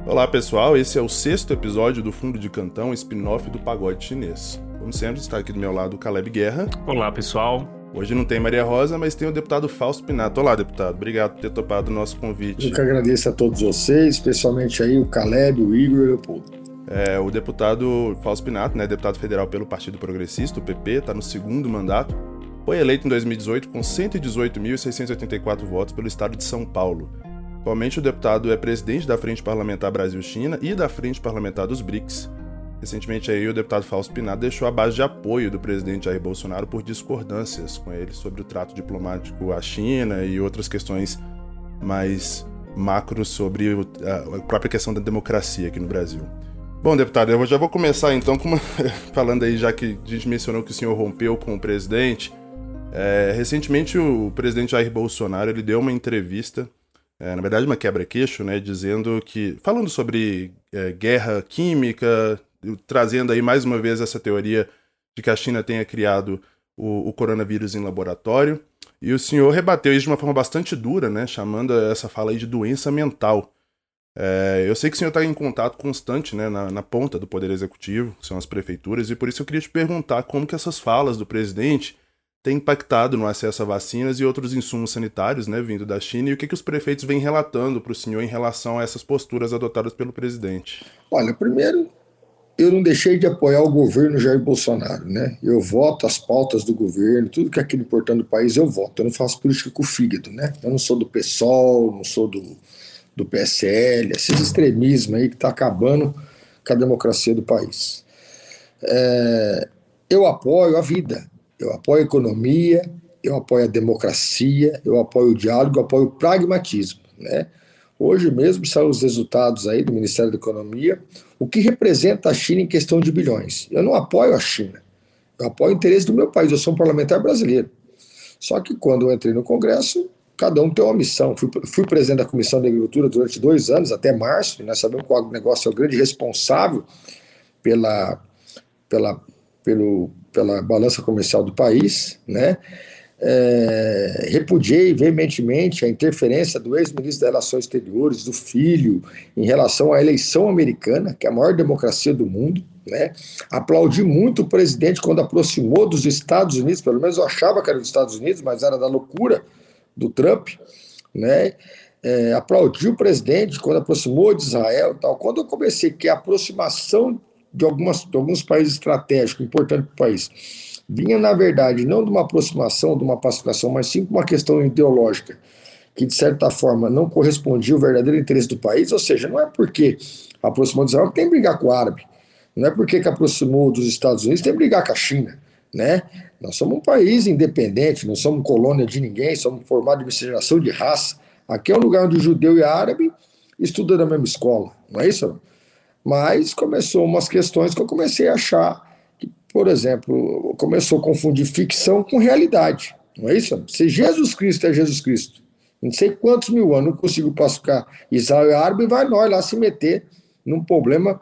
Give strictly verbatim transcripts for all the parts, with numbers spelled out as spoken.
Olá pessoal, esse é o sexto episódio do Fundo de Cantão, spin-off do Pagode Chinês. Como sempre, está aqui do meu lado o Caleb Guerra. Olá pessoal. Hoje não tem Maria Rosa, mas tem o deputado Fausto Pinato. Olá, deputado. Obrigado por ter topado o nosso convite. Eu que agradeço a todos vocês, especialmente aí o Caleb, o Igor e o Leopoldo. É, o deputado Fausto Pinato, né, deputado federal pelo Partido Progressista, o P P, está no segundo mandato. Foi eleito em dois mil e dezoito com cento e dezoito mil seiscentos e oitenta e quatro votos pelo estado de São Paulo. Atualmente o deputado é presidente da Frente Parlamentar Brasil-China e da Frente Parlamentar dos B R I C S. Recentemente aí, o deputado Fausto Pinato deixou a base de apoio do presidente Jair Bolsonaro por discordâncias com ele sobre o trato diplomático à China e outras questões mais macros sobre a própria questão da democracia aqui no Brasil. Bom, deputado, eu já vou começar então com uma... falando aí, já que a gente mencionou que o senhor rompeu com o presidente. É, recentemente o presidente Jair Bolsonaro ele deu uma entrevista, é, na verdade uma quebra-queixo, né, dizendo que, falando sobre é, guerra química, trazendo aí mais uma vez essa teoria de que a China tenha criado o, o coronavírus em laboratório, e o senhor rebateu isso de uma forma bastante dura, né, chamando essa fala aí de doença mental. É, eu sei que o senhor está em contato constante, né, na, na ponta do Poder Executivo, que são as prefeituras, e por isso eu queria te perguntar como que essas falas do presidente têm impactado no acesso a vacinas e outros insumos sanitários, né, vindo da China, e o que, que os prefeitos vêm relatando para o senhor em relação a essas posturas adotadas pelo presidente. Olha, primeiro, eu não deixei de apoiar o governo Jair Bolsonaro, né? Eu voto as pautas do governo, tudo que é aquilo importante do país eu voto. Eu não faço política com o fígado, né? Eu não sou do PSOL, não sou do, do P S L, esses extremismos aí que tá acabando com a democracia do país. É, eu apoio a vida, eu apoio a economia, eu apoio a democracia, eu apoio o diálogo, eu apoio o pragmatismo, né? Hoje mesmo saem os resultados aí do Ministério da Economia, o que representa a China em questão de bilhões. Eu não apoio a China, eu apoio o interesse do meu país, eu sou um parlamentar brasileiro. Só que quando eu entrei no Congresso, cada um tem uma missão. Fui, fui presidente da Comissão de Agricultura durante dois anos, até março, e nós sabemos que o agronegócio é o grande responsável pela, pela, pelo, pela balança comercial do país, né? É, repudiei veementemente a interferência do ex-ministro das Relações Exteriores, do filho, em relação à eleição americana, que é a maior democracia do mundo, né? Aplaudi muito o presidente quando aproximou dos Estados Unidos, pelo menos eu achava que era dos Estados Unidos, mas era da loucura do Trump, né? É, aplaudi o presidente quando aproximou de Israel e tal. Quando eu comecei que a aproximação de, algumas, de alguns países estratégicos importantes para o país vinha, na verdade, não de uma aproximação, de uma pacificação, mas sim de uma questão ideológica, que, de certa forma, não correspondia ao verdadeiro interesse do país, ou seja, não é porque aproximou de Israel que tem que brigar com o árabe, não é porque que aproximou dos Estados Unidos que tem que brigar com a China, né? Nós somos um país independente, não somos colônia de ninguém, somos formados de miscigenação de raça. Aqui é um lugar onde o judeu e o árabe estudam na mesma escola, não é isso? Mas começou umas questões que eu comecei a achar. Por exemplo, começou a confundir ficção com realidade, não é isso? Se Jesus Cristo é Jesus Cristo, não sei quantos mil anos, não consigo pacificar Israel e árabe, vai nós lá se meter num problema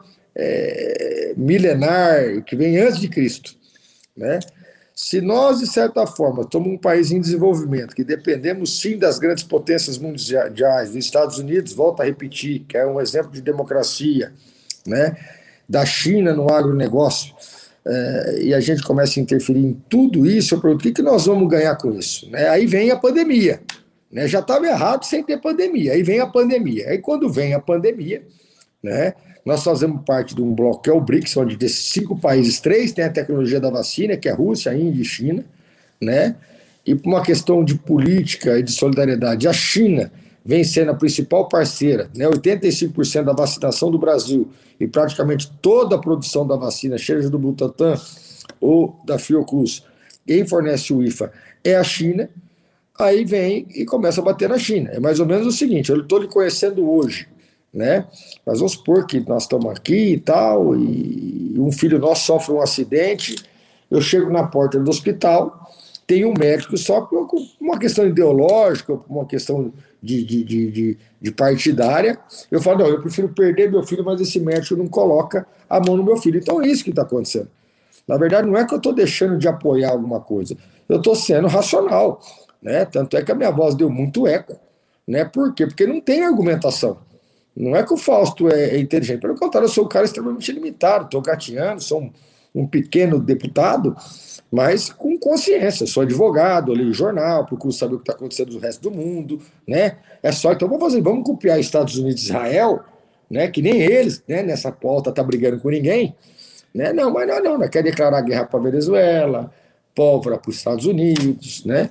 é, milenar que vem antes de Cristo, né? Se nós, de certa forma, somos um país em desenvolvimento, que dependemos sim das grandes potências mundiais, dos Estados Unidos, volto a repetir, que é um exemplo de democracia, né? Da China no agronegócio, É, e a gente começa a interferir em tudo isso, eu pergunto, o que, que nós vamos ganhar com isso? Né? Aí vem a pandemia, né? Já estava errado sem ter pandemia, aí vem a pandemia. Aí quando vem a pandemia, né, nós fazemos parte de um bloco que é o B R I C S, onde desses cinco países, três têm a tecnologia da vacina, que é a Rússia, a Índia e a China, né? E por uma questão de política e de solidariedade, a China vem sendo a principal parceira, né? oitenta e cinco por cento da vacinação do Brasil e praticamente toda a produção da vacina, seja do Butantan ou da Fiocruz, quem fornece o I F A é a China, aí vem e começa a bater na China. É mais ou menos o seguinte, eu estou lhe conhecendo hoje, né? Mas vamos supor que nós estamos aqui e tal, e um filho nosso sofre um acidente, eu chego na porta do hospital, tem um médico só por uma questão ideológica, por uma questão de, de, de, de, de partidária, eu falo, não, eu prefiro perder meu filho, mas esse médico não coloca a mão no meu filho. Então é isso que está acontecendo. Na verdade, não é que eu estou deixando de apoiar alguma coisa, eu estou sendo racional, né? Tanto é que a minha voz deu muito eco, né? Por quê? Porque não tem argumentação. Não é que o Fausto é, é inteligente, pelo contrário, eu sou um cara extremamente limitado, estou gatinhando, sou um, um pequeno deputado, mas com consciência, sou advogado, leio jornal, procuro saber o que está acontecendo no resto do mundo, né? É só, então vamos fazer, vamos copiar Estados Unidos e Israel, né? Que nem eles, né? Nessa pauta tá brigando com ninguém, né? Não, mas não, não, não quer declarar guerra para a Venezuela, pólvora para os Estados Unidos, né?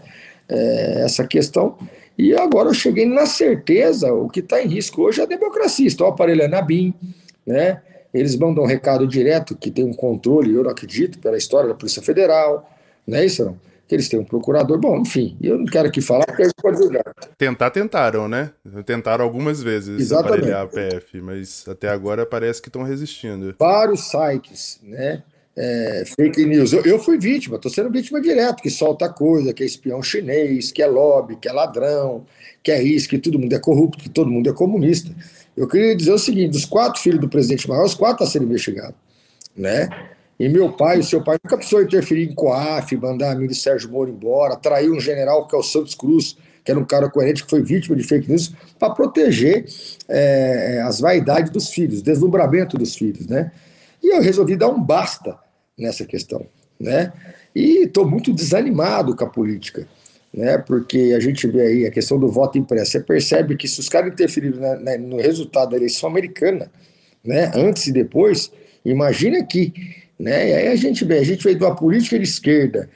É, essa questão. E agora eu cheguei na certeza, o que está em risco hoje é a democracia. Estão aparelhando a BIM, né? Eles mandam um recado direto que tem um controle, eu não acredito, pela história da Polícia Federal, não é isso não? Que eles têm um procurador. Bom, enfim, eu não quero aqui falar porque a gente pode julgar. Tentar, tentaram, né? Tentaram algumas vezes Exatamente. aparelhar a P F, mas até agora parece que estão resistindo. Vários sites, né? É, fake news. Eu, eu fui vítima, estou sendo vítima direto, que solta coisa, que é espião chinês, que é lobby, que é ladrão, que é isso, que todo mundo é corrupto, que todo mundo é comunista. Eu queria dizer o seguinte, dos quatro filhos do presidente Maior, os quatro estão sendo investigados, né? E meu pai, o seu pai, nunca precisou interferir em COAF, mandar a mim de Sérgio Moro embora, trair um general que é o Santos Cruz, que era um cara coerente, que foi vítima de fake news, para proteger é, as vaidades dos filhos, o deslumbramento dos filhos, né? E eu resolvi dar um basta nessa questão, né? E estou muito desanimado com a política, né? Porque a gente vê aí a questão do voto impresso. Você percebe que se os caras interferiram na, na, no resultado da eleição americana, né? Antes e depois, imagina aqui, né? E aí a gente vê, a gente veio de uma política de esquerda,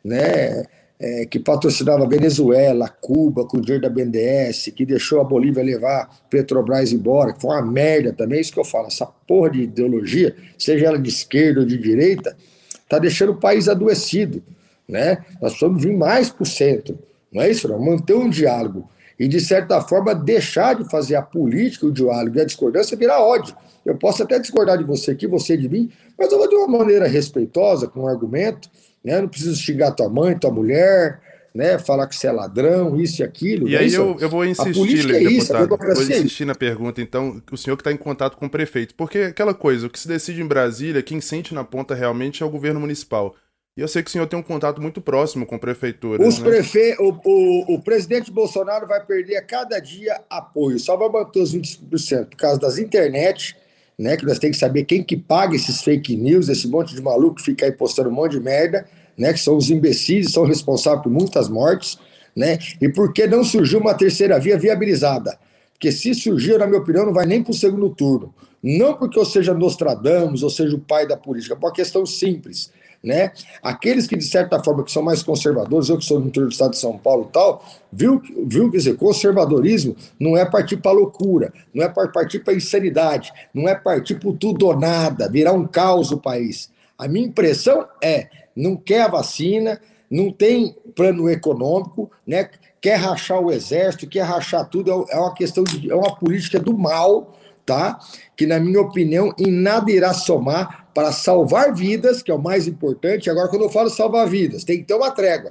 né? É, que patrocinava a Venezuela, Cuba, com o dinheiro da B N D E S, que deixou a Bolívia levar Petrobras embora, que foi uma merda também, é isso que eu falo, essa porra de ideologia, seja ela de esquerda ou de direita, tá deixando o país adoecido, né? Nós precisamos vir mais para o centro, não é isso? Não? Manter um diálogo e, de certa forma, deixar de fazer a política, o diálogo e a discordância virar ódio. Eu posso até discordar de você aqui, você de mim, mas eu vou de uma maneira respeitosa, com um argumento, né? Não preciso xingar tua mãe, tua mulher, né? Falar que você é ladrão, isso e aquilo. E aí eu, eu vou insistir, é isso, deputado, vou insistir na pergunta, então, o senhor que está em contato com o prefeito, porque aquela coisa, o que se decide em Brasília, quem sente na ponta realmente é o governo municipal. E eu sei que o senhor tem um contato muito próximo com prefeituras. Os né? prefe... o, o, o presidente Bolsonaro vai perder a cada dia apoio, só vai manter os vinte por cento por causa das internet, né? Que nós temos que saber quem que paga esses fake news, esse monte de maluco que fica aí postando um monte de merda, né? Que são os imbecis, são responsáveis por muitas mortes, né? E por que não surgiu uma terceira via viabilizada? Porque se surgir, na minha opinião, não vai nem para o segundo turno. Não porque eu seja Nostradamus ou seja o pai da política, por uma questão simples, né? Aqueles que, de certa forma, que são mais conservadores, eu que sou do interior do estado de São Paulo e tal, viu, viu quer dizer, conservadorismo não é partir para loucura, não é partir para insanidade, não é partir para tudo ou nada, virar um caos o país. A minha impressão é, não quer a vacina, não tem plano econômico, né? Quer rachar o exército, quer rachar tudo, é uma questão, de, é uma política do mal, tá? Que, na minha opinião, em nada irá somar para salvar vidas, que é o mais importante. Agora, quando eu falo salvar vidas, tem que ter uma trégua.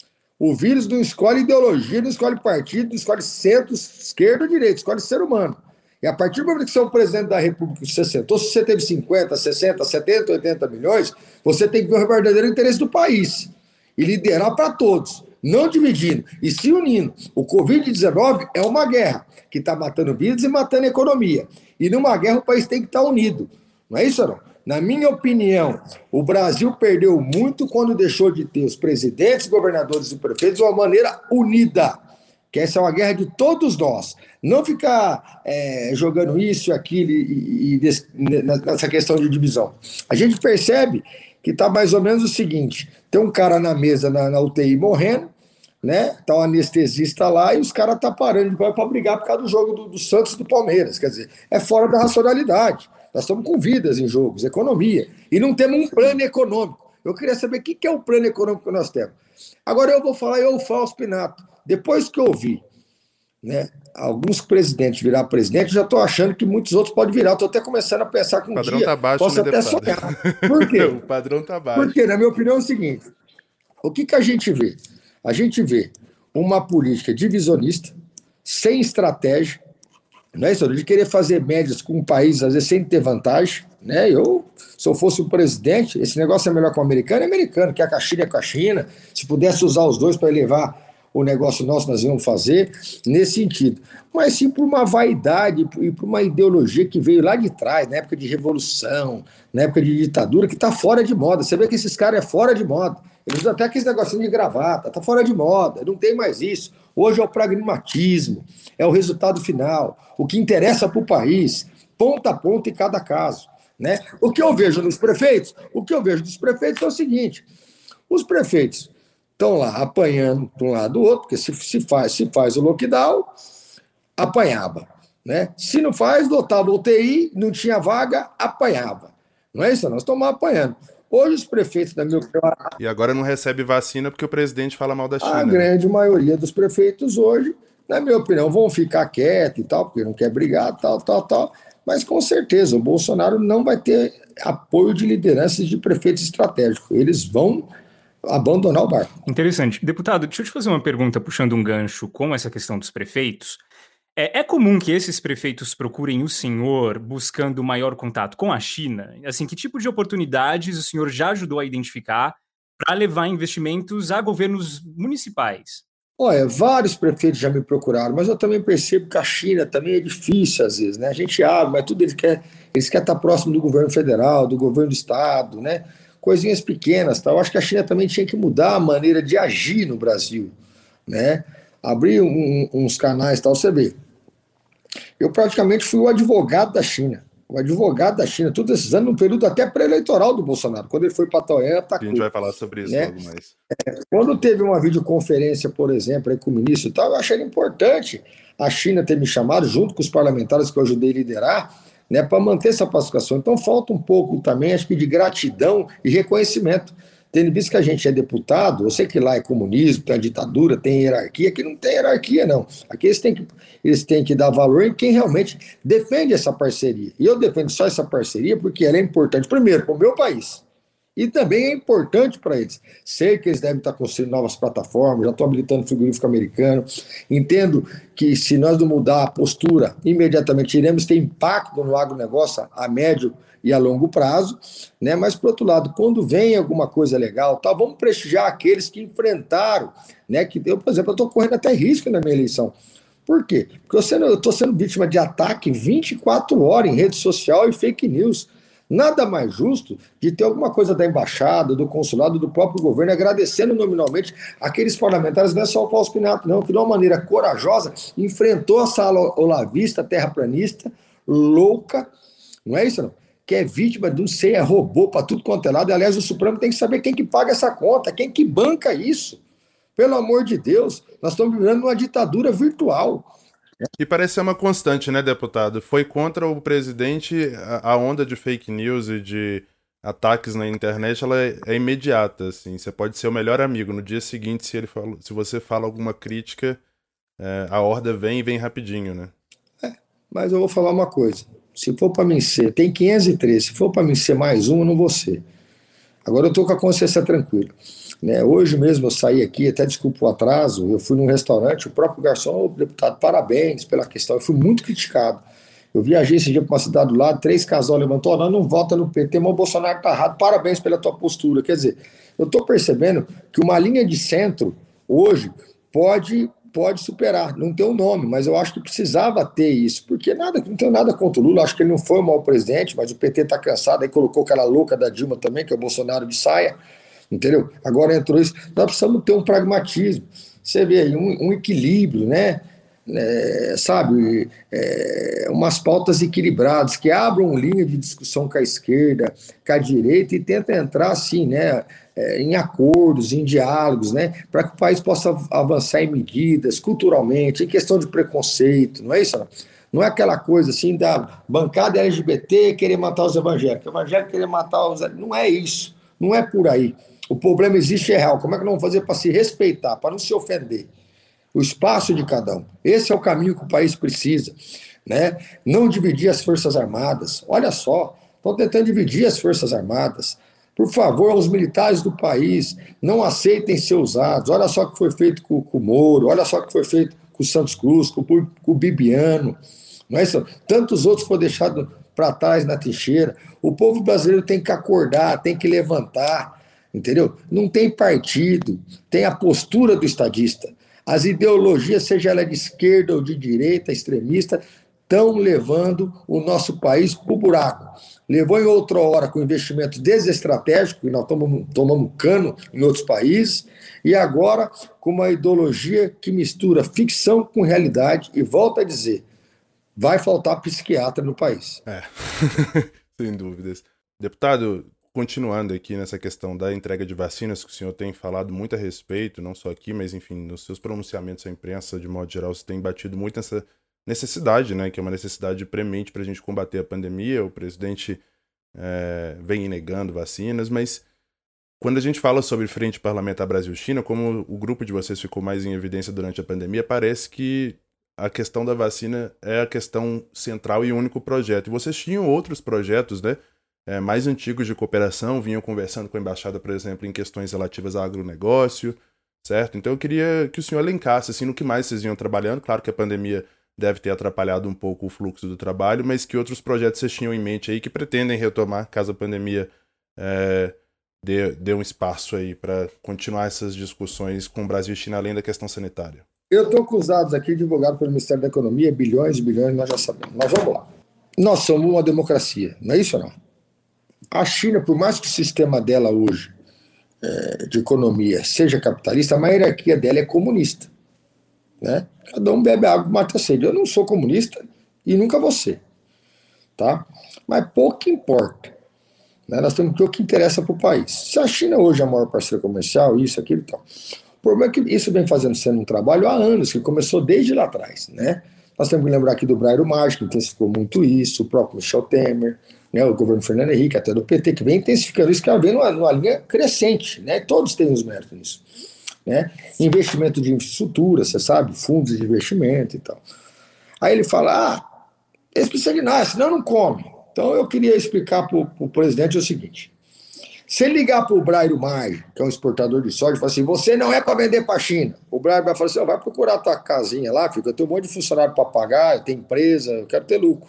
O vírus não escolhe ideologia, não escolhe partido, não escolhe centro, esquerda ou direita, escolhe ser humano. E a partir do momento que você é o presidente da República, você sentou, se você teve cinquenta, sessenta, setenta, oitenta milhões, você tem que ver o verdadeiro interesse do país e liderar para todos, não dividindo e se unindo. O covid dezenove é uma guerra que está matando vidas e matando a economia. E numa guerra o país tem que estar unido. Não é isso, não? Na minha opinião, o Brasil perdeu muito quando deixou de ter os presidentes, governadores e prefeitos de uma maneira unida. Que essa é uma guerra de todos nós. Não ficar é, jogando isso e aquilo e, e desse, nessa questão de divisão. A gente percebe que está mais ou menos o seguinte: tem um cara na mesa na, na U T I morrendo, né? Tá um anestesista lá e os caras estão tá parando para brigar por causa do jogo do, do Santos e do Palmeiras. Quer dizer, é fora da racionalidade. Nós estamos com vidas em jogos, economia. E não temos um plano econômico. Eu queria saber o que é o plano econômico que nós temos. Agora eu vou falar, eu, Fausto Pinato. Depois que eu vi, né, alguns presidentes virar presidente, já estou achando que muitos outros podem virar. Estou até começando a pensar que um dia dia tá baixo, posso né, até deputado? sonhar. Por quê? O padrão está baixo. Porque, na minha opinião, é o seguinte: o que, que a gente vê? A gente vê uma política divisionista, sem estratégia, não é isso? De querer fazer médias com um país, às vezes, sem ter vantagem. Né? Eu, se eu fosse o presidente, esse negócio é melhor com o americano, é americano, quer com a China é com a China. Se pudesse usar os dois para elevar o negócio nosso nós vamos fazer nesse sentido. Mas sim por uma vaidade e por uma ideologia que veio lá de trás, na época de revolução, na época de ditadura, que está fora de moda. Você vê que esses caras é fora de moda. Eles usam até aquele negocinho de gravata, está fora de moda, não tem mais isso. Hoje é o pragmatismo, é o resultado final, o que interessa para o país, ponta a ponta em cada caso. Né? O que eu vejo nos prefeitos, o que eu vejo dos prefeitos é o seguinte: os prefeitos estão lá apanhando de um lado do outro, porque se, se, faz, se faz o lockdown, apanhava. Né? Se não faz, lotava o U T I, não tinha vaga, apanhava. Não é isso? Nós estamos apanhando. Hoje os prefeitos, da minha opinião... E agora não recebe vacina porque o presidente fala mal da China. A grande né? maioria dos prefeitos hoje, na minha opinião, vão ficar quietos e tal, porque não quer brigar, tal, tal, tal. Mas com certeza o Bolsonaro não vai ter apoio de lideranças de prefeitos estratégicos. Eles vão abandonar o barco. Interessante. Deputado, deixa eu te fazer uma pergunta puxando um gancho com essa questão dos prefeitos. É, é comum que esses prefeitos procurem o senhor buscando maior contato com a China? Assim, que tipo de oportunidades o senhor já ajudou a identificar para levar investimentos a governos municipais? Olha, vários prefeitos já me procuraram, mas eu também percebo que a China também é difícil às vezes, né? A gente abre, mas tudo eles querem, eles querem estar próximo do governo federal, do governo do estado, né? Coisinhas pequenas, tá? Eu acho que a China também tinha que mudar a maneira de agir no Brasil, né? Abrir um, uns canais e tal, você vê. Eu praticamente fui o advogado da China, o advogado da China, todos esses anos, no período até pré-eleitoral do Bolsonaro, quando ele foi para Tauan, atacou. A gente vai falar sobre isso né? logo mais. É, quando teve uma videoconferência, por exemplo, aí com o ministro e tal, eu achei importante a China ter me chamado, junto com os parlamentares que eu ajudei a liderar, né, para manter essa pacificação. Então falta um pouco também, acho que, de gratidão e reconhecimento. Tendo visto que a gente é deputado, eu sei que lá é comunismo, tem a ditadura, tem hierarquia, aqui não tem hierarquia, não. Aqui eles têm que, eles têm que dar valor em quem realmente defende essa parceria. E eu defendo só essa parceria porque ela é importante, primeiro, para o meu país. E também é importante para eles. Sei que eles devem estar construindo novas plataformas, já estou habilitando frigorífico americano. Entendo que se nós não mudar a postura, imediatamente iremos ter impacto no agronegócio a médio e a longo prazo, né? Mas, por outro lado, quando vem alguma coisa legal, tá, vamos prestigiar aqueles que enfrentaram, né? Que eu, por exemplo, eu estou correndo até risco na minha eleição. Por quê? Porque eu estou sendo vítima de ataque vinte e quatro horas em rede social e fake news. Nada mais justo de ter alguma coisa da embaixada, do consulado, do próprio governo, agradecendo nominalmente aqueles parlamentares, não é só o Fausto Pinato, não, que de uma maneira corajosa enfrentou a sala olavista, terraplanista, louca, não é isso não? Que é vítima de um ser, é robô para tudo quanto é lado. E, aliás, o Supremo tem que saber quem que paga essa conta, quem que banca isso. Pelo amor de Deus, nós estamos vivendo uma ditadura virtual. E parece ser uma constante, né, deputado? Foi contra o presidente, a onda de fake news e de ataques na internet, ela é, é imediata, assim. Você pode ser o melhor amigo. No dia seguinte, se, ele fala, se você fala alguma crítica, é, a horda vem e vem rapidinho, né? É, mas eu vou falar uma coisa. Se for para mim ser, tem quinhentos e três, se for para mim ser mais um, eu não vou ser. Agora eu estou com a consciência tranquila. Né? Hoje mesmo eu saí aqui, até desculpa o atraso, eu fui num restaurante, o próprio garçom, o deputado, parabéns pela questão, eu fui muito criticado. Eu viajei esse dia para uma cidade do lado, três casal levantou, nós não vota no P T, mas o Bolsonaro está errado, parabéns pela tua postura. Quer dizer, eu estou percebendo que uma linha de centro, hoje, pode... pode superar, não tem um nome, mas eu acho que precisava ter isso, porque nada, não tenho nada contra o Lula, acho que ele não foi um mau presidente, mas o P T está cansado, aí colocou aquela louca da Dilma também, que é o Bolsonaro de saia, entendeu? Agora entrou isso, nós precisamos ter um pragmatismo, você vê aí, um, um equilíbrio, né? É, sabe, é, umas pautas equilibradas, que abram linha de discussão com a esquerda, com a direita, e tentem entrar assim, né? É, em acordos, em diálogos, né, para que o país possa avançar em medidas, culturalmente, em questão de preconceito, não é isso? Não, não é aquela coisa assim da bancada L G B T querer matar os evangélicos, evangélicos querer matar os... Não é isso, não é por aí. O problema existe, é real. Como é que nós vamos fazer para se respeitar, para não se ofender? O espaço de cada um. Esse é o caminho que o país precisa, né? Não dividir as Forças Armadas. Olha só, estão tentando dividir as Forças Armadas. Por favor, os militares do país não aceitem ser usados. Olha só o que foi feito com, com o Moro, olha só o que foi feito com o Santos Cruz, com, com o Bibiano. Não é isso? Tantos outros foram deixados para trás na trincheira. O povo brasileiro tem que acordar, tem que levantar, entendeu? Não tem partido, tem a postura do estadista. As ideologias, seja ela de esquerda ou de direita, extremista, estão levando o nosso país para o buraco. Levou em outra hora com investimentos desestratégicos, que nós tomamos, tomamos cano em outros países, e agora com uma ideologia que mistura ficção com realidade, e volta a dizer, vai faltar psiquiatra no país. É, sem dúvidas. Deputado, continuando aqui nessa questão da entrega de vacinas, que o senhor tem falado muito a respeito, não só aqui, mas enfim, nos seus pronunciamentos à imprensa, de modo geral, você tem batido muito nessa necessidade, né, que é uma necessidade premente para a gente combater a pandemia. O presidente é, vem negando vacinas, mas quando a gente fala sobre Frente Parlamentar Brasil-China, como o grupo de vocês ficou mais em evidência durante a pandemia, parece que a questão da vacina é a questão central e único projeto. E vocês tinham outros projetos, né, é, mais antigos de cooperação, vinham conversando com a embaixada, por exemplo, em questões relativas ao agronegócio, certo? Então eu queria que o senhor elencasse assim, no que mais vocês vinham trabalhando. Claro que a pandemia deve ter atrapalhado um pouco o fluxo do trabalho, mas que outros projetos vocês tinham em mente aí que pretendem retomar caso a pandemia é, dê, dê um espaço aí para continuar essas discussões com o Brasil e China, além da questão sanitária? Eu estou com os dados aqui divulgados pelo Ministério da Economia, bilhões e bilhões, nós já sabemos. Mas vamos lá. Nós somos uma democracia, não é isso ou não? A China, por mais que o sistema dela hoje, é, de economia, seja capitalista, a hierarquia dela é comunista. Né? Cada um bebe água e mata a sede. Eu não sou comunista e nunca vou ser. Tá? Mas pouco importa. Né? Nós temos que ver o que interessa para o país. Se a China hoje é a maior parceira comercial, isso, aquilo e tal. O problema é que isso vem fazendo sendo um trabalho há anos, que começou desde lá atrás. Né? Nós temos que lembrar aqui do Brairo Maggi, que intensificou muito isso, o próprio Michel Temer, né? O governo Fernando Henrique, até do P T, que vem intensificando isso, que vem numa, numa linha crescente. Né? Todos têm os méritos nisso. Né? Investimento de infraestrutura, você sabe, fundos de investimento e tal. Aí ele fala, ah, eles precisam de nada, senão não come. Então eu queria explicar para o presidente o seguinte, se ele ligar para o Brairo Maggi, que é um exportador de soja, e falar assim, você não é para vender para a China, o Brairo vai falar assim, oh, vai procurar a tua casinha lá, filho, eu tenho um monte de funcionário para pagar, eu tenho empresa, eu quero ter lucro.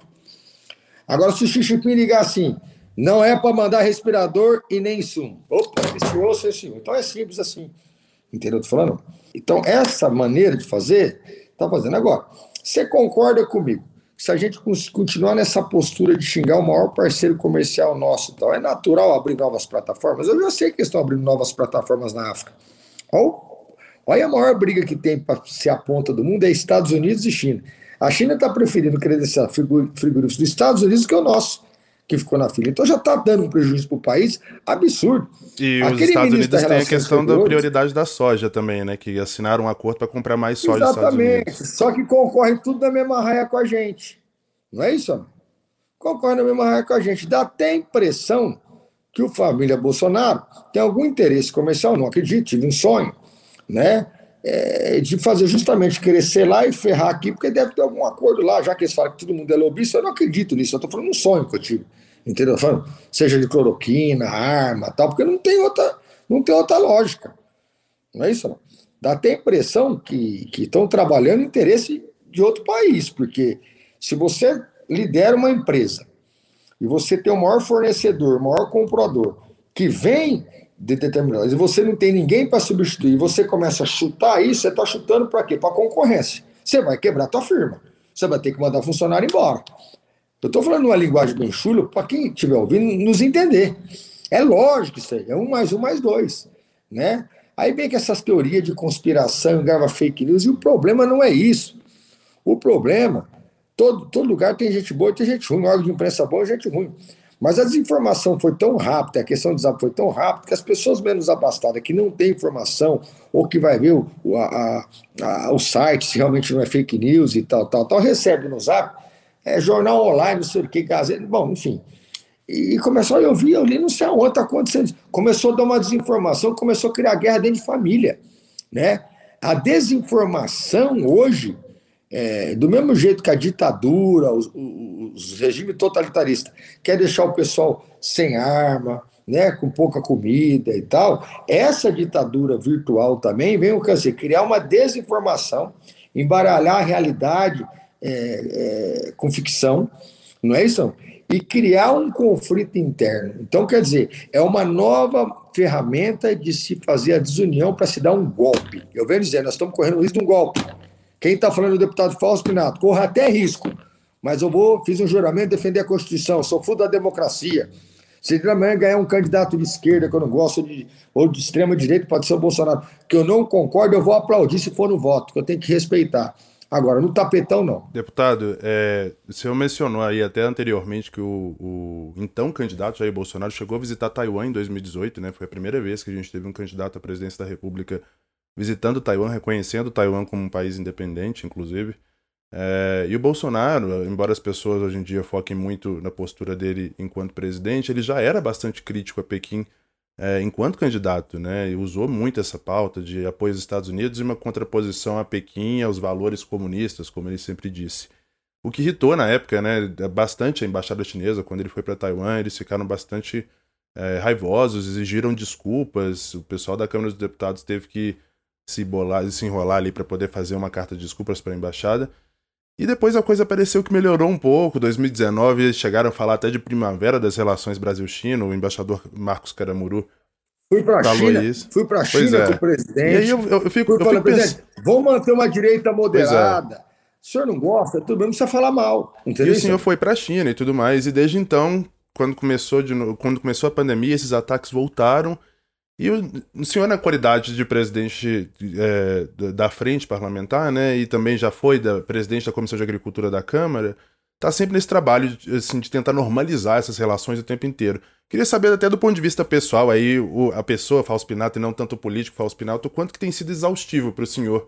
Agora se o Xi Jinping ligar assim, não é para mandar respirador e nem insumo. Opa, esse osso, esse Então é simples assim. Entendeu? Estou falando? Então, essa maneira de fazer, está fazendo agora. Você concorda comigo? Se a gente continuar nessa postura de xingar o maior parceiro comercial nosso e tal, é natural abrir novas plataformas? Eu já sei que eles estão abrindo novas plataformas na África. Olha, olha a maior briga que tem para ser a ponta do mundo é Estados Unidos e China. A China está preferindo credenciar frigoríficos dos Estados Unidos que o nosso, que ficou na fila. Então já está dando um prejuízo para o país absurdo. E Aquele os Estados Unidos têm a questão da prioridade da soja também, né? Que assinaram um acordo para comprar mais soja dos Estados Unidos. Exatamente. Só que concorre tudo na mesma raia com a gente. Não é isso, não? Concorre na mesma raia com a gente. Dá até a impressão que o família Bolsonaro tem algum interesse comercial, não acredito, tive um sonho, né? É, de fazer justamente crescer lá e ferrar aqui, porque deve ter algum acordo lá, já que eles falam que todo mundo é lobista. Eu não acredito nisso, eu estou falando um sonho que eu tive. Entendeu? Seja de cloroquina, arma, tal, porque não tem outra, não tem outra lógica. Não é isso, não? Dá até a impressão que estão trabalhando em interesse de outro país, porque se você lidera uma empresa e você tem o maior fornecedor, o maior comprador, que vem de determinadas, e você não tem ninguém para substituir, e você começa a chutar isso, você está chutando para quê? Para concorrência. Você vai quebrar a tua firma. Você vai ter que mandar funcionário embora. Eu estou falando uma linguagem bem chula para quem estiver ouvindo nos entender. É lógico isso aí, é um mais um mais dois. Né? Aí vem que essas teorias de conspiração, grava fake news, e o problema não é isso. O problema, todo, todo lugar tem gente boa e tem gente ruim, órgão de imprensa boa e gente ruim. Mas a desinformação foi tão rápida, a questão do zap foi tão rápida, que as pessoas menos abastadas, que não têm informação, ou que vai ver o, a, a, a, o site, se realmente não é fake news e tal, tal, tal, recebe no zap, é jornal online, não sei o que, gazeta, bom, enfim. E começou, eu vi, eu li, não sei aonde está acontecendo. Começou a dar uma desinformação, começou a criar guerra dentro de família. Né? A desinformação hoje, é, do mesmo jeito que a ditadura, os, os regimes totalitaristas, quer deixar o pessoal sem arma, né, com pouca comida e tal, essa ditadura virtual também vem o que dizer, criar uma desinformação, embaralhar a realidade é, é, com ficção, não é isso? e criar um conflito interno. Então, quer dizer, é uma nova ferramenta de se fazer a desunião para se dar um golpe. Eu venho dizer, nós estamos correndo o risco de um golpe. Quem está falando do deputado Fausto Pinato, corra até risco, mas eu vou, fiz um juramento de defender a Constituição, sou fruto da democracia. Se ele amanhã ganhar um candidato de esquerda, que eu não gosto, de, ou de extrema direita, pode ser o Bolsonaro, que eu não concordo, eu vou aplaudir se for no voto, que eu tenho que respeitar. Agora, no tapetão, não. Deputado, é, o senhor mencionou aí até anteriormente que o, o então candidato Jair Bolsonaro chegou a visitar Taiwan em dois mil e dezoito, né? Foi a primeira vez que a gente teve um candidato à presidência da República visitando Taiwan, reconhecendo Taiwan como um país independente, inclusive. É, e o Bolsonaro, embora as pessoas hoje em dia foquem muito na postura dele enquanto presidente, ele já era bastante crítico a Pequim é, enquanto candidato, né? E usou muito essa pauta de apoio aos Estados Unidos e uma contraposição a Pequim e aos valores comunistas, como ele sempre disse. O que irritou na época, né, bastante a embaixada chinesa. Quando ele foi para Taiwan, eles ficaram bastante é, raivosos, exigiram desculpas. O pessoal da Câmara dos Deputados teve que se bolar, se enrolar ali para poder fazer uma carta de desculpas para a embaixada. E depois a coisa pareceu que melhorou um pouco. Em dois mil e dezenove eles chegaram a falar até de primavera das relações Brasil-China. O embaixador Marcos Caramuru Fui para a China, isso. fui para a China é. com o presidente. E aí eu, eu, eu fico, fui eu falando, fico pensando... presidente, vamos manter uma direita moderada. É. O senhor não gosta, tudo bem, não precisa falar mal. Entendeu? E o senhor foi para a China e tudo mais. E desde então, quando começou, de novo, quando começou a pandemia, esses ataques voltaram. E o, o senhor, na qualidade de presidente é, da frente parlamentar, né, e também já foi da, presidente da Comissão de Agricultura da Câmara, está sempre nesse trabalho assim, de tentar normalizar essas relações o tempo inteiro. Queria saber até do ponto de vista pessoal, aí, o, a pessoa Fausto Pinato, e não tanto o político Fausto Pinato, o quanto que tem sido exaustivo para o senhor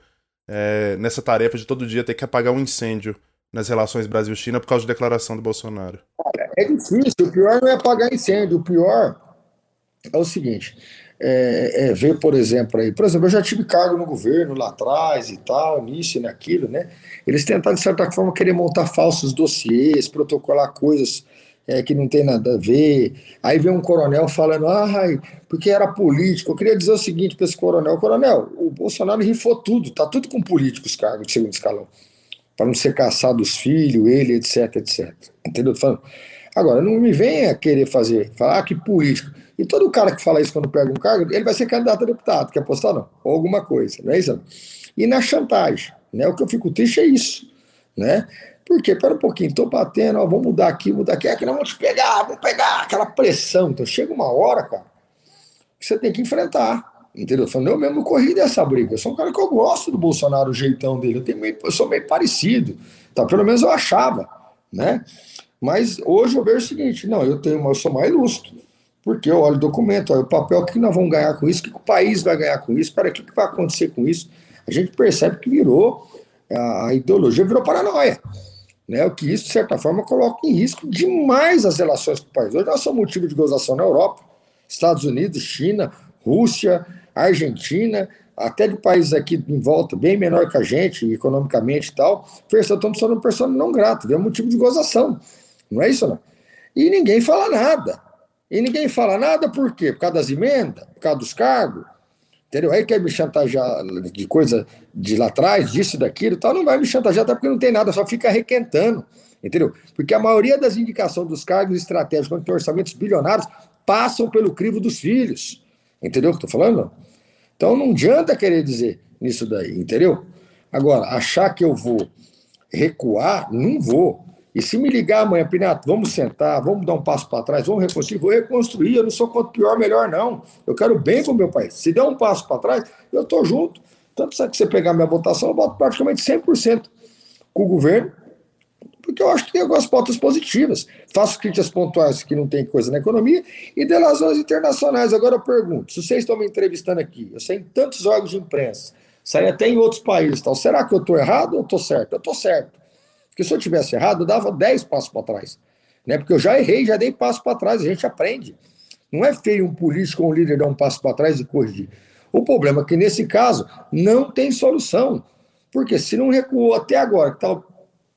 é, nessa tarefa de todo dia ter que apagar um incêndio nas relações Brasil-China por causa de declaração do Bolsonaro. É difícil, o pior não é apagar incêndio, o pior é o seguinte... É, é, ver, por exemplo, aí, por exemplo, eu já tive cargo no governo lá atrás e tal, nisso e naquilo, né? Eles tentaram, de certa forma, querer montar falsos dossiês, protocolar coisas é, que não tem nada a ver. Aí vem um coronel falando, ai, porque era político. Eu queria dizer o seguinte para esse coronel: coronel, o Bolsonaro rifou tudo, tá tudo com políticos, cargos de segundo escalão, para não ser caçado os filhos, ele, etc, etc. Entendeu? Tô falando. Agora, não me venha querer fazer, falar ah, que político. E todo cara que fala isso quando pega um cargo, ele vai ser candidato a deputado, quer apostar não? Ou alguma coisa, não é isso? E na chantagem, né? O que eu fico triste é isso, né? Porque, pera um pouquinho, tô batendo, ó, vamos mudar aqui, mudar aqui, é que não vamos te pegar, vamos pegar, aquela pressão. Então chega uma hora, cara, que você tem que enfrentar, entendeu? Falando, eu mesmo corri dessa briga, eu sou um cara que eu gosto do Bolsonaro, o jeitão dele, eu, tenho meio, eu sou meio parecido, tá? Pelo menos eu achava, né? Mas hoje eu vejo o seguinte, não, eu, tenho, eu sou mais lustro. Porque eu olho o documento, olha o papel, o que nós vamos ganhar com isso, o que o país vai ganhar com isso, para o que vai acontecer com isso. A gente percebe que virou, a ideologia virou paranoia. Né? O que isso, de certa forma, coloca em risco demais as relações com o país. Hoje nós somos motivo de gozação na Europa, Estados Unidos, China, Rússia, Argentina, até de países aqui em volta, bem menor que a gente, economicamente e tal, estamos sendo pessoa não grata, é motivo de gozação. Não é isso, não? E ninguém fala nada. E ninguém fala nada por quê? Por causa das emendas? Por causa dos cargos? Entendeu? Aí quer me chantagear de coisa de lá atrás, disso, daquilo e tal, não vai me chantagear até porque não tem nada, só fica requentando. Entendeu? Porque a maioria das indicações dos cargos estratégicos, quando tem orçamentos bilionários, passam pelo crivo dos filhos. Entendeu o que eu estou falando? Então não adianta querer dizer nisso daí, entendeu? Agora, achar que eu vou recuar, não vou. E se me ligar amanhã, Pinato, vamos sentar, vamos dar um passo para trás, vamos reconstruir, vou reconstruir, eu não sou quanto pior, melhor não. Eu quero bem para o meu país. Se der um passo para trás, eu estou junto. Tanto que você pegar minha votação, eu boto praticamente cem por cento com o governo, porque eu acho que tem algumas pautas positivas. Faço críticas pontuais que não tem coisa na economia e de relações internacionais. Agora eu pergunto, se vocês estão me entrevistando aqui, eu sei em tantos órgãos de imprensa, saí até em outros países, tal, será que eu estou errado ou estou certo? Eu estou certo. Porque se eu tivesse errado, eu dava dez passos para trás. Né? Porque eu já errei, já dei passo para trás, a gente aprende. Não é feio um político ou um líder dar um passo para trás e corrigir. O problema é que, nesse caso, não tem solução. Porque se não recuou até agora, que está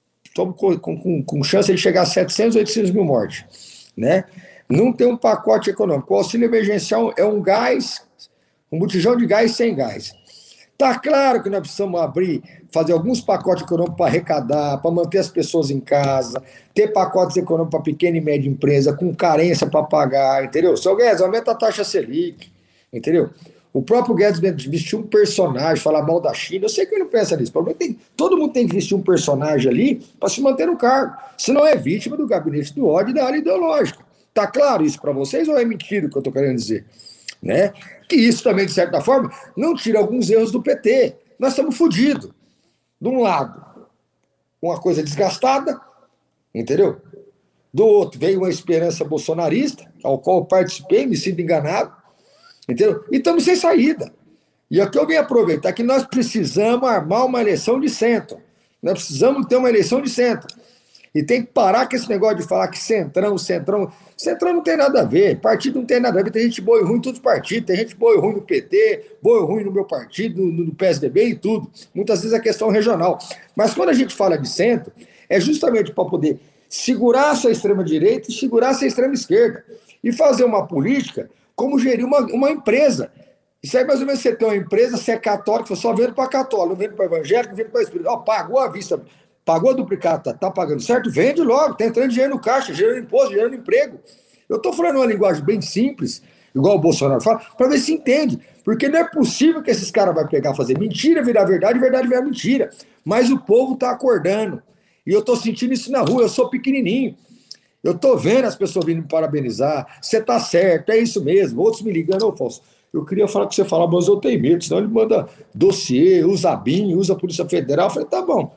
com, com, com chance de chegar a setecentos, oitocentos mil mortes, né? Não tem um pacote econômico. O auxílio emergencial é um gás, um botijão de gás sem gás. Tá claro que nós precisamos abrir, fazer alguns pacotes econômicos para arrecadar, para manter as pessoas em casa, ter pacotes econômicos para pequena e média empresa, com carência para pagar, entendeu? Seu Guedes, aumenta a taxa Selic, entendeu? O próprio Guedes vestiu um personagem, falar mal da China. Eu sei que ele não pensa nisso. Tem, todo mundo tem que vestir um personagem ali para se manter no cargo. Senão é vítima do gabinete do ódio e da área ideológica. Tá claro isso para vocês ou é mentira o que eu estou querendo dizer? Né? Que isso também, de certa forma, não tira alguns erros do P T. Nós estamos fodidos. De um lado, uma coisa desgastada, entendeu? Do outro, veio uma esperança bolsonarista, ao qual eu participei, me sinto enganado, entendeu? E estamos sem saída. E aqui eu venho aproveitar que nós precisamos armar uma eleição de centro. Nós precisamos ter uma eleição de centro. E tem que parar com esse negócio de falar que centrão, centrão... Centrão não tem nada a ver, partido não tem nada a ver, tem gente boa e ruim em todos os partidos, tem gente boa e ruim no P T, boa e ruim no meu partido, no, no P S D B e tudo. Muitas vezes é questão regional. Mas quando a gente fala de centro, é justamente para poder segurar essa extrema-direita e segurar essa extrema-esquerda. E fazer uma política como gerir uma, uma empresa. Isso aí mais ou menos você tem uma empresa, você é católico, você só vende para católico, não vende para evangélico, não vende para espírito. Ó, pagou a vista... Pagou a duplicata, tá, tá pagando certo? Vende logo, tá entrando dinheiro no caixa, gerando imposto, gerando emprego. Eu estou falando uma linguagem bem simples, igual o Bolsonaro fala, para ver se entende. Porque não é possível que esses caras vão pegar, fazer mentira, virar verdade, verdade virar mentira. Mas o povo está acordando. E eu estou sentindo isso na rua, eu sou pequenininho. Eu estou vendo as pessoas vindo me parabenizar. Você está certo, é isso mesmo. Outros me ligando, ô Fausto, eu queria falar que você falava, mas eu tenho medo, senão ele manda dossiê, usa B I M, usa a Polícia Federal. Eu falei, tá bom.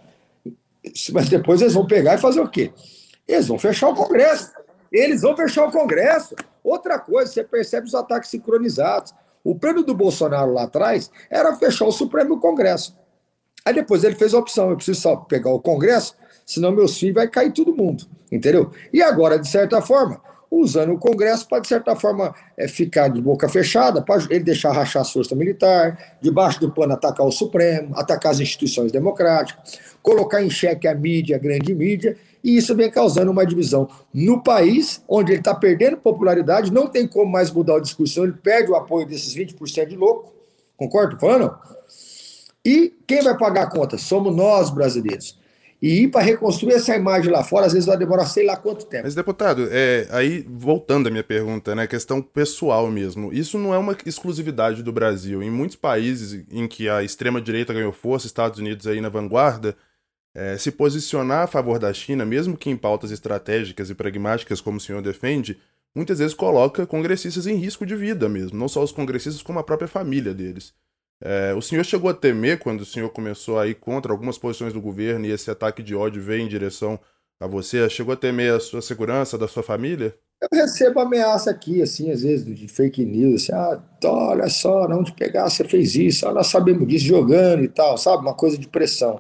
Mas depois eles vão pegar e fazer o quê? Eles vão fechar o Congresso. Eles vão fechar o Congresso. Outra coisa, você percebe os ataques sincronizados. O plano do Bolsonaro lá atrás era fechar o Supremo e o Congresso. Aí depois ele fez a opção, eu preciso só pegar o Congresso, senão meus filhos vai cair todo mundo. Entendeu? E agora, de certa forma, usando o Congresso para, de certa forma, é, ficar de boca fechada, para ele deixar rachar a força militar, debaixo do pano atacar o Supremo, atacar as instituições democráticas, colocar em xeque a mídia, a grande mídia, e isso vem causando uma divisão no país, onde ele está perdendo popularidade, não tem como mais mudar o discurso, ele perde o apoio desses vinte por cento de louco, concorda? Falando? E quem vai pagar a conta? Somos nós, brasileiros. E ir para reconstruir essa imagem lá fora, às vezes vai demorar sei lá quanto tempo. Mas, deputado, é, aí voltando à minha pergunta, né, questão pessoal mesmo, isso não é uma exclusividade do Brasil. Em muitos países em que a extrema-direita ganhou força, Estados Unidos aí na vanguarda, é, se posicionar a favor da China, mesmo que em pautas estratégicas e pragmáticas, como o senhor defende, muitas vezes coloca congressistas em risco de vida mesmo, não só os congressistas, como a própria família deles. É, o senhor chegou a temer quando o senhor começou a ir contra algumas posições do governo e esse ataque de ódio veio em direção a você? Chegou a temer a sua segurança, da sua família? Eu recebo ameaça aqui, assim, às vezes, de fake news, assim, ah, olha só, não te pegar, você fez isso, ah, nós sabemos disso, jogando e tal, sabe? Uma coisa de pressão.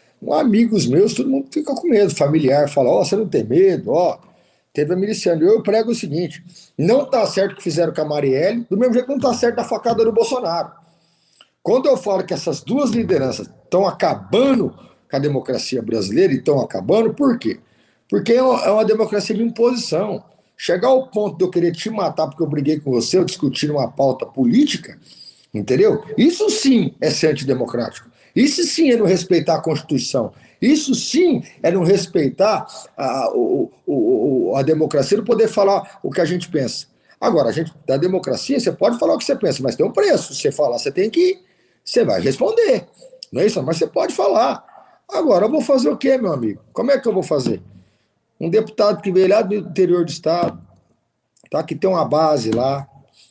Amigos meus, todo mundo fica com medo, familiar, fala, ó, oh, você não tem medo, ó. Oh. Teve a miliciano. Eu prego o seguinte, não tá certo o que fizeram com a Marielle, do mesmo jeito que não tá certo a facada do Bolsonaro. Quando eu falo que essas duas lideranças estão acabando com a democracia brasileira e estão acabando, por quê? Porque é uma democracia de imposição. Chegar ao ponto de eu querer te matar porque eu briguei com você, eu discutir uma pauta política, entendeu? Isso sim é ser antidemocrático. Isso sim é não respeitar a Constituição. Isso sim é não respeitar a, o, o, a democracia, não poder falar o que a gente pensa. Agora, a gente, da democracia, você pode falar o que você pensa, mas tem um preço. Se você falar, você tem que ir. Você vai responder, não é isso? Mas você pode falar. Agora, eu vou fazer o quê, meu amigo? Como é que eu vou fazer? Um deputado que veio lá do interior do estado, tá? Que tem uma base lá,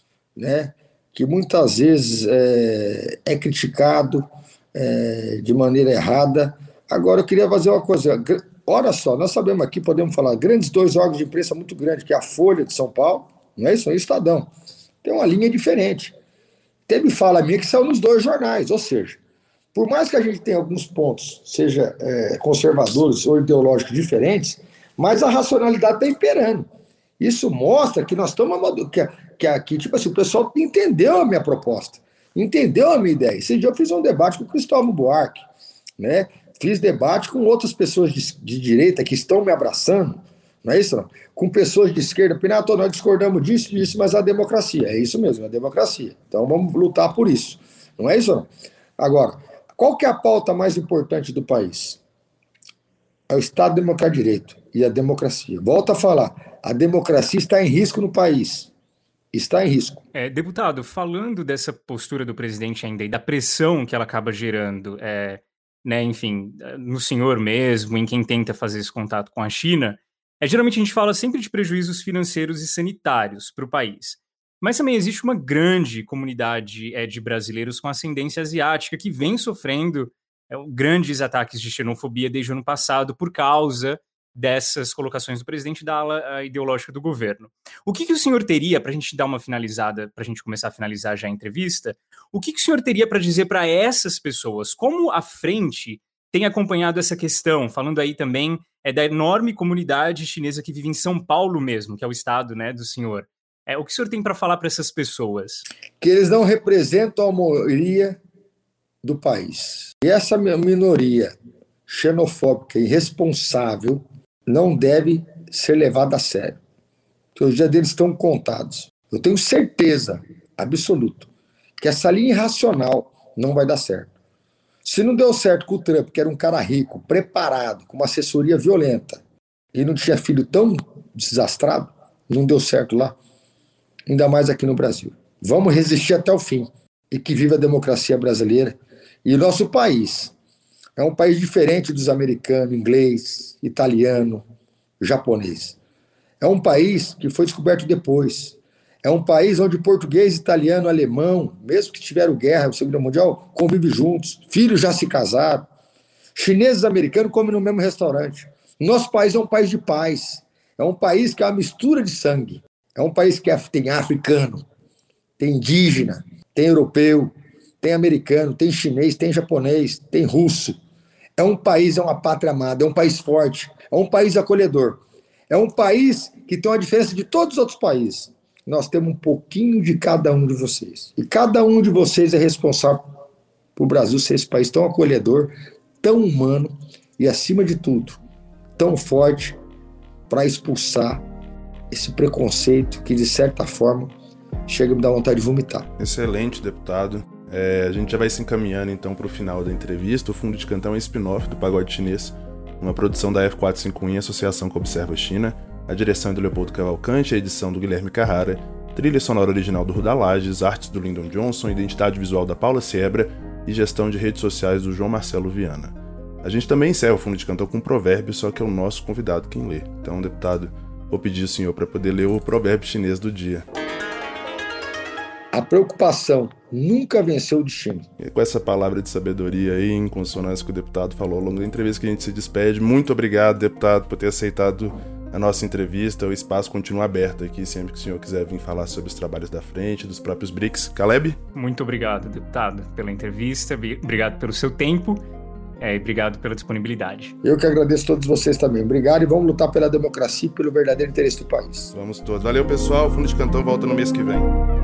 né? Que muitas vezes é, é criticado é, de maneira errada. Agora, eu queria fazer uma coisa. Olha só, nós sabemos aqui, podemos falar, grandes dois órgãos de imprensa muito grandes, que é a Folha de São Paulo, não é isso? É o Estadão. Tem uma linha diferente. Teve fala minha que saiu nos dois jornais, ou seja, por mais que a gente tenha alguns pontos, seja é, conservadores ou ideológicos diferentes, mas a racionalidade está imperando. Isso mostra que nós estamos que, que, que tipo assim, o pessoal entendeu a minha proposta, entendeu a minha ideia. Esse dia eu fiz um debate com o Cristóvão Buarque, né? Fiz debate com outras pessoas de, de direita que estão me abraçando, não é isso? Não? Com pessoas de esquerda, Pinato, nós discordamos disso, disso, mas a democracia, é isso mesmo, a democracia. Então vamos lutar por isso, não é isso? Não? Agora, qual que é a pauta mais importante do país? É o Estado Democrático de Direito e a democracia. Volto a falar, a democracia está em risco no país. Está em risco. É, deputado, falando dessa postura do presidente ainda e da pressão que ela acaba gerando, é, né, enfim, no senhor mesmo, em quem tenta fazer esse contato com a China, é, geralmente a gente fala sempre de prejuízos financeiros e sanitários para o país. Mas também existe uma grande comunidade é, de brasileiros com ascendência asiática que vem sofrendo é, grandes ataques de xenofobia desde o ano passado por causa dessas colocações do presidente da ala ideológica do governo. O que, que o senhor teria, para a gente dar uma finalizada, para a gente começar a finalizar já a entrevista, o que, que o senhor teria para dizer para essas pessoas? Como a frente tem acompanhado essa questão, falando aí também é, da enorme comunidade chinesa que vive em São Paulo mesmo, que é o estado, né, do senhor. É, o que o senhor tem para falar para essas pessoas? Que eles não representam a maioria do país. E essa minoria xenofóbica e irresponsável não deve ser levada a sério. Porque os dias deles estão contados. Eu tenho certeza absoluta que essa linha irracional não vai dar certo. Se não deu certo com o Trump, que era um cara rico, preparado, com uma assessoria violenta, e não tinha filho tão desastrado, não deu certo lá, ainda mais aqui no Brasil. Vamos resistir até o fim. E que viva a democracia brasileira. E o nosso país é um país diferente dos americanos, inglês, italiano, japonês. É um país que foi descoberto depois. É um país onde português, italiano, alemão, mesmo que tiveram guerra na Segunda Mundial, convivem juntos. Filhos já se casaram. Chineses e americanos comem no mesmo restaurante. Nosso país é um país de paz. É um país que é uma mistura de sangue. É um país que tem africano, tem indígena, tem europeu, tem americano, tem chinês, tem japonês, tem russo. É um país, é uma pátria amada, é um país forte, é um país acolhedor. É um país que tem uma diferença de todos os outros países. Nós temos um pouquinho de cada um de vocês. E cada um de vocês é responsável por o Brasil ser esse país tão acolhedor, tão humano e, acima de tudo, tão forte para expulsar esse preconceito que, de certa forma, chega a me dar vontade de vomitar. Excelente, deputado. É, a gente já vai se encaminhando, então, para o final da entrevista. O Fundo de Cantão é um spin-off do Pagode Chinês, uma produção da F quatrocentos e cinquenta e um em associação com a Observa China. A direção é do Leopoldo Cavalcante, a edição do Guilherme Carrara, trilha sonora original do Ruda Lages, artes do Lyndon Johnson, identidade visual da Paula Siebra e gestão de redes sociais do João Marcelo Viana. A gente também encerra o Fundo de Cantão com um provérbio, só que é o nosso convidado quem lê. Então, deputado, vou pedir ao senhor para poder ler o provérbio chinês do dia. A preocupação nunca venceu o destino. E com essa palavra de sabedoria aí, em consonância com o deputado falou ao longo da entrevista que a gente se despede. Muito obrigado, deputado, por ter aceitado a nossa entrevista. O espaço continua aberto aqui, sempre que o senhor quiser vir falar sobre os trabalhos da frente, dos próprios B R I C S. Caleb? Muito obrigado, deputado, pela entrevista. Obrigado pelo seu tempo. É, e obrigado pela disponibilidade. Eu que agradeço a todos vocês também. Obrigado e vamos lutar pela democracia e pelo verdadeiro interesse do país. Vamos todos. Valeu, pessoal. O Fundo de Cantão volta no mês que vem.